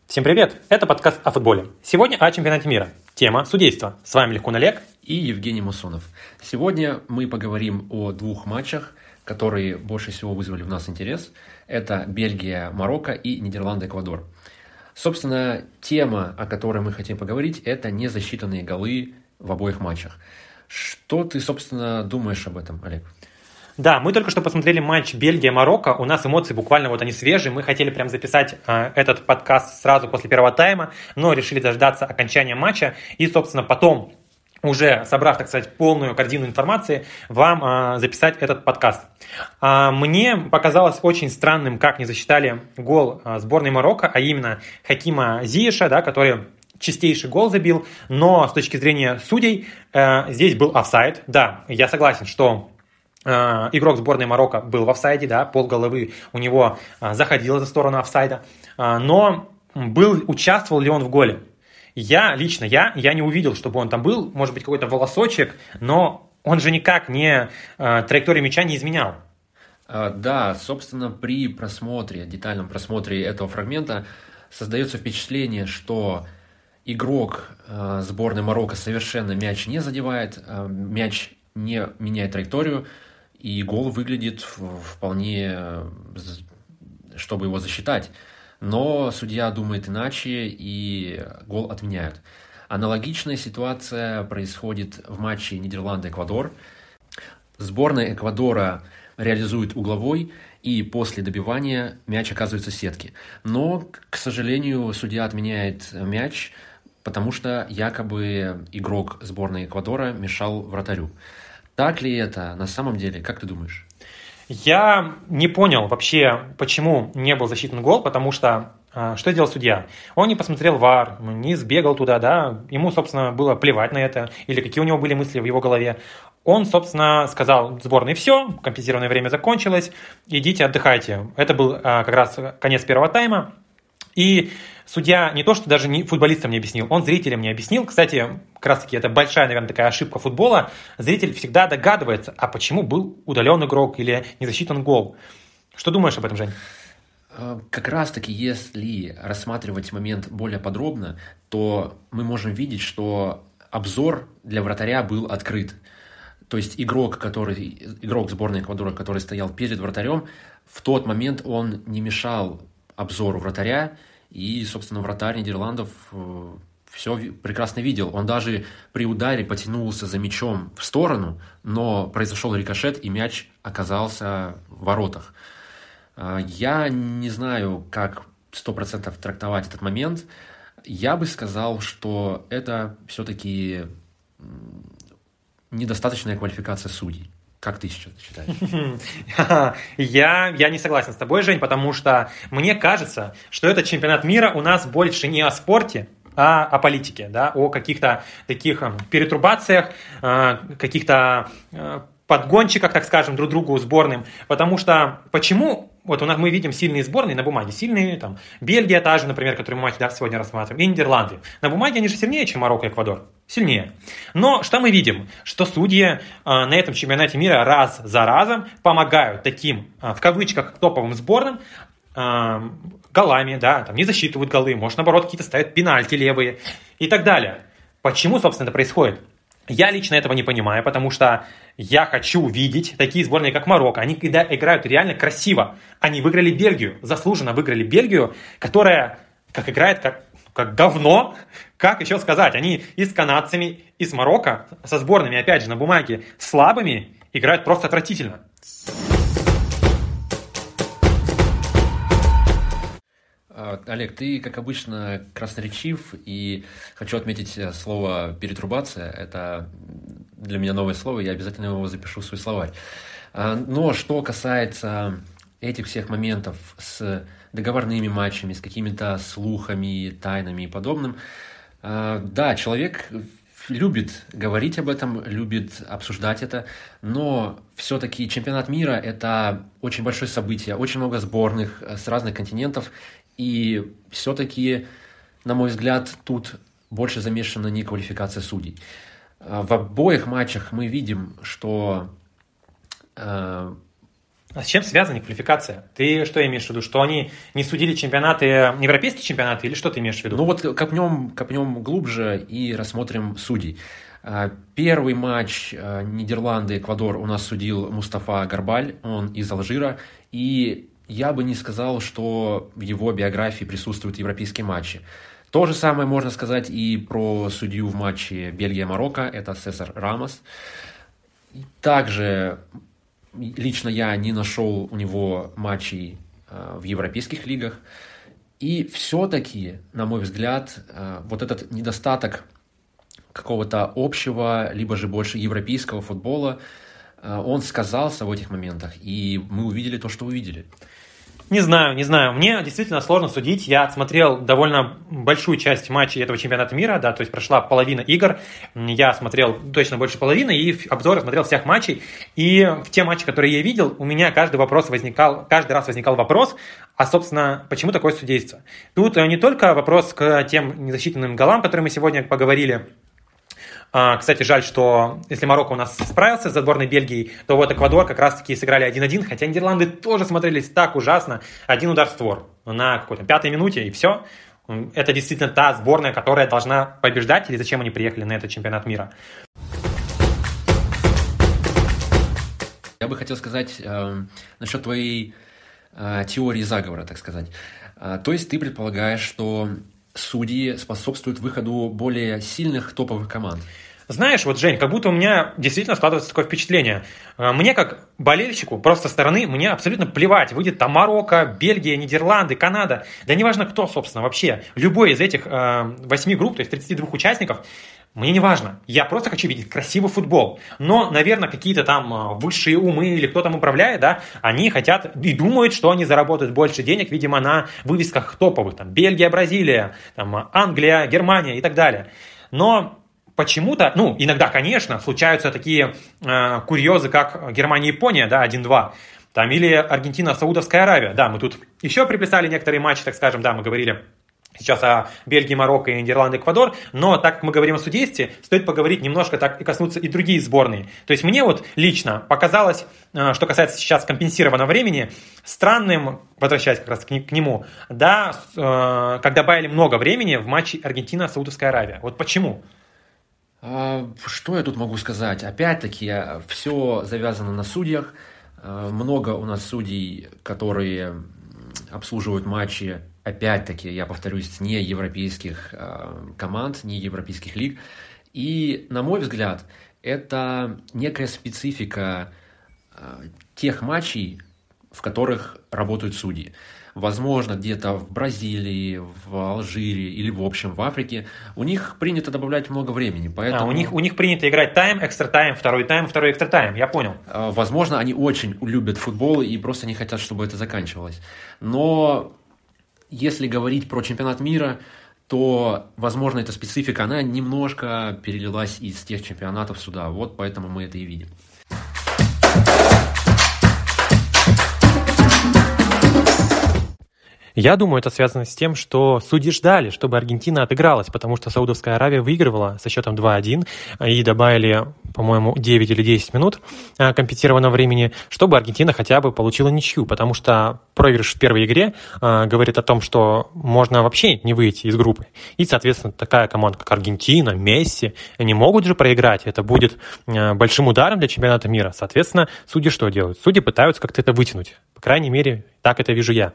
Всем привет! Это подкаст о футболе. Сегодня о чемпионате мира. Тема судейства. С вами Легкун Олег и Евгений Мусонов. Сегодня мы поговорим о двух матчах, которые больше всего вызвали в нас интерес. Это Бельгия-Марокко и Нидерланды-Эквадор. Собственно, тема, о которой мы хотим поговорить, это незасчитанные голы в обоих матчах. Что ты, собственно, думаешь об этом, Олег? Да, мы только что посмотрели матч Бельгия-Марокко. У нас эмоции буквально вот они свежие. Мы хотели прям записать этот подкаст сразу после первого тайма, но решили дождаться окончания матча. И, собственно, потом, уже собрав, так сказать, полную корзину информации, вам записать этот подкаст. Мне показалось очень странным, как не засчитали гол сборной Марокко, а именно Хакима Зиеша, да, который чистейший гол забил. Но с точки зрения судей здесь был офсайд. Да, я согласен, что игрок сборной Марокко был в офсайде, да, полголовы у него заходило за сторону офсайда, но участвовал ли он в голе? Я не увидел, чтобы он там был, может быть, какой-то волосочек, но он же никак не траекторию мяча не изменял. Да, собственно, при детальном просмотре этого фрагмента создается впечатление, что игрок сборной Марокко совершенно мяч не задевает, мяч не меняет траекторию, и гол выглядит вполне, чтобы его засчитать. Но судья думает иначе, и гол отменяют. Аналогичная ситуация происходит в матче Нидерланды-Эквадор. Сборная Эквадора реализует угловой, и после добивания мяч оказывается в сетке. Но, к сожалению, судья отменяет мяч, потому что якобы игрок сборной Эквадора мешал вратарю. Так ли это на самом деле? Как ты думаешь? Я не понял вообще, почему не был засчитан гол, потому что что делал судья? Он не посмотрел ВАР, не сбегал туда, да, ему, собственно, было плевать на это, или какие у него были мысли в его голове. Он, собственно, сказал сборной: все, компенсированное время закончилось, идите отдыхайте. Это был как раз конец первого тайма. И судья не то, что даже футболистам не объяснил, он зрителям не объяснил. Кстати, как раз таки это большая, наверное, такая ошибка футбола. Зритель всегда догадывается, а почему был удален игрок или не засчитан гол. Что думаешь об этом, Жень? Как раз таки, если рассматривать момент более подробно, то мы можем видеть, что обзор для вратаря был открыт. То есть игрок сборной Эквадора, который стоял перед вратарем, в тот момент он не мешал обзору вратаря, и, собственно, вратарь Нидерландов все прекрасно видел. Он даже при ударе потянулся за мячом в сторону, но произошел рикошет, и мяч оказался в воротах. Я не знаю, как 100% трактовать этот момент. Я бы сказал, что это все-таки недостаточная квалификация судей. Как ты сейчас считаешь? Я не согласен с тобой, Жень, потому что мне кажется, что этот чемпионат мира у нас больше не о спорте, а о политике, да, о каких-то таких перетрубациях, каких-то подгончиках, так скажем, друг другу сборным. Потому что почему вот мы видим сильные сборные на бумаге, сильные, там, Бельгия та же, например, которую мы сегодня рассматриваем, и Нидерланды. На бумаге они же сильнее, чем Марокко и Эквадор. Сильнее. Но что мы видим? Что судьи на этом чемпионате мира раз за разом помогают таким, в кавычках, топовым сборным голами, да, там не засчитывают голы, может, наоборот, какие-то ставят пенальти левые и так далее. Почему, собственно, это происходит? Я лично этого не понимаю, потому что я хочу видеть такие сборные, как Марокко. Они когда играют реально красиво. Они выиграли Бельгию, заслуженно выиграли Бельгию, которая играет как говно. Как еще сказать? Они и с канадцами, и с Марокко, со сборными, опять же, на бумаге слабыми, играют просто отвратительно. Олег, ты, как обычно, красноречив, и хочу отметить слово «перетрубация». Это для меня новое слово, я обязательно его запишу в свой словарь. Но что касается этих всех моментов с договорными матчами, с какими-то слухами, тайнами и подобным, да, человек любит говорить об этом, любит обсуждать это, но все-таки чемпионат мира – это очень большое событие, очень много сборных с разных континентов, и все-таки, на мой взгляд, тут больше замешана не квалификация судей. В обоих матчах мы видим, что А с чем связана квалификация? Ты что имеешь в виду? Что они не судили чемпионаты, европейские чемпионаты, или что ты имеешь в виду? Ну вот копнем глубже и рассмотрим судей. Первый матч Нидерланды-Эквадор у нас судил Мустафа Гарбаль, он из Алжира, и я бы не сказал, что в его биографии присутствуют европейские матчи. То же самое можно сказать и про судью в матче Бельгия-Марокко, это Сесар Рамос. Также лично я не нашел у него матчей в европейских лигах. И все-таки, на мой взгляд, вот этот недостаток какого-то общего, либо же больше европейского футбола, он сказался в этих моментах, и мы увидели то, что увидели. Не знаю. Мне действительно сложно судить. Я отсмотрел довольно большую часть матчей этого чемпионата мира, да, то есть прошла половина игр. Я смотрел точно больше половины, и обзоры смотрел всех матчей. И в те матчи, которые я видел, у меня каждый раз возникал вопрос, а, собственно, почему такое судейство? Тут не только вопрос к тем незасчитанным голам, о которых мы сегодня поговорили. Кстати, жаль, что если Марокко у нас справился с сборной Бельгии, то вот Эквадор как раз-таки сыграли 1-1, хотя Нидерланды тоже смотрелись так ужасно. Один удар в створ на какой-то 5-й минуте, и все. Это действительно та сборная, которая должна побеждать, или зачем они приехали на этот чемпионат мира. Я бы хотел сказать насчет твоей теории заговора, так сказать. То есть ты предполагаешь, что судьи способствуют выходу более сильных топовых команд? Знаешь, вот, Жень, как будто у меня действительно складывается такое впечатление. Мне, как болельщику, просто со стороны, мне абсолютно плевать. Выйдет там Марокко, Бельгия, Нидерланды, Канада. Да неважно кто, собственно, вообще. Любой из этих 8 групп, то есть 32 участников, мне не важно. Я просто хочу видеть красивый футбол. Но, наверное, какие-то там высшие умы или кто там управляет, да, они хотят и думают, что они заработают больше денег, видимо, на вывесках топовых. Там Бельгия, Бразилия, там Англия, Германия и так далее. Но почему-то, иногда, конечно, случаются такие курьезы, как Германия и Япония, да, 1-2. Там, или Аргентина, Саудовская Аравия. Да, мы тут еще приписали некоторые матчи, так скажем, да, мы говорили сейчас о Бельгии, Марокко и Нидерланды, Эквадор, но так как мы говорим о судействе, стоит поговорить немножко так и коснуться и другие сборные. То есть мне вот лично показалось, что касается сейчас компенсированного времени, странным, возвращаясь как раз к нему, да, как добавили много времени в матче Аргентина-Саудовская Аравия. Вот почему? Что я тут могу сказать? Опять-таки, все завязано на судьях. Много у нас судей, которые обслуживают матчи, опять-таки, я повторюсь, не европейских команд, не европейских лиг. И, на мой взгляд, это некая специфика тех матчей, в которых работают судьи. Возможно, где-то в Бразилии, в Алжире или, в общем, в Африке у них принято добавлять много времени. Поэтому... У них принято играть тайм, экстра-тайм, второй экстра-тайм, я понял. Возможно, они очень любят футбол и просто не хотят, чтобы это заканчивалось. Но если говорить про чемпионат мира, то, возможно, эта специфика, она немножко перелилась из тех чемпионатов сюда. Вот поэтому мы это и видим. Я думаю, это связано с тем, что судьи ждали, чтобы Аргентина отыгралась, потому что Саудовская Аравия выигрывала со счетом 2-1 и добавили, по-моему, 9 или 10 минут компенсированного времени, чтобы Аргентина хотя бы получила ничью, потому что проигрыш в первой игре говорит о том, что можно вообще не выйти из группы. И, соответственно, такая команда, как Аргентина, Месси, не могут же проиграть. Это будет большим ударом для чемпионата мира. Соответственно, судьи что делают? Судьи пытаются как-то это вытянуть. По крайней мере, так это вижу я.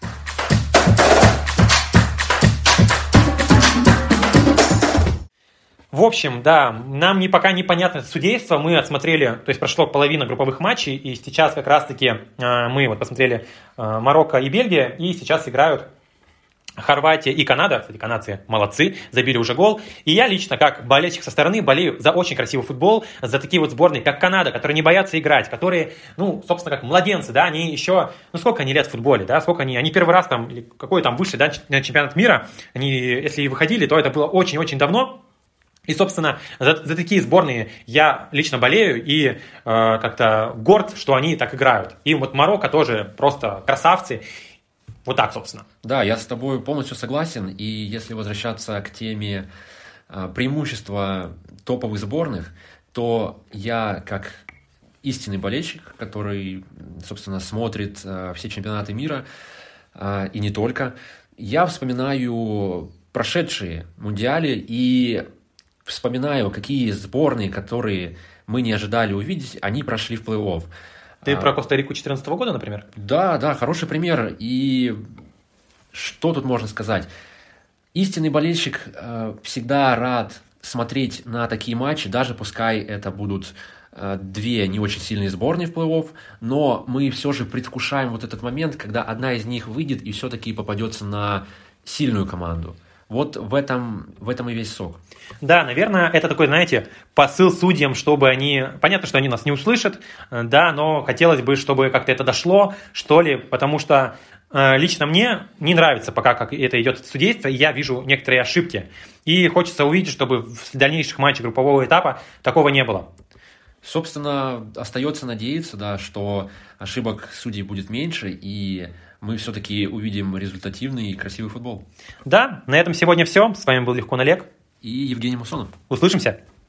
В общем, да, нам пока непонятно это судейство, мы отсмотрели, то есть прошло половина групповых матчей, и сейчас как раз-таки мы вот посмотрели Марокко и Бельгия, и сейчас играют Хорватия и Канада. Кстати, канадцы молодцы, забили уже гол. И я лично, как болельщик со стороны, болею за очень красивый футбол, за такие вот сборные, как Канада, которые не боятся играть, которые, собственно, как младенцы, да, они еще, сколько они лет в футболе, да, сколько они первый раз там, или какой там высший, да, чемпионат мира, они, если и выходили, то это было очень-очень давно. И, собственно, за такие сборные я лично болею и как-то горд, что они так играют. И вот Марокко тоже просто красавцы. Вот так, собственно. Да, я с тобой полностью согласен. И если возвращаться к теме преимущества топовых сборных, то я, как истинный болельщик, который, собственно, смотрит все чемпионаты мира, и не только. Я вспоминаю прошедшие мундиали и вспоминаю, какие сборные, которые мы не ожидали увидеть, они прошли в плей-офф. Ты про Коста-Рику 2014 года, например? Да, хороший пример. И что тут можно сказать? Истинный болельщик всегда рад смотреть на такие матчи, даже пускай это будут две не очень сильные сборные в плей-офф, но мы все же предвкушаем вот этот момент, когда одна из них выйдет и все-таки попадется на сильную команду. Вот в этом и весь сок. Да, наверное, это такой, знаете, посыл судьям, чтобы они... Понятно, что они нас не услышат, да, но хотелось бы, чтобы как-то это дошло, что ли, потому что лично мне не нравится пока, как это идет судейство, и я вижу некоторые ошибки. И хочется увидеть, чтобы в дальнейших матчах группового этапа такого не было. Собственно, остается надеяться, да, что ошибок судей будет меньше, и мы все-таки увидим результативный и красивый футбол. Да, на этом сегодня все. С вами был Легко Олег. И Евгений Мусонов. Услышимся.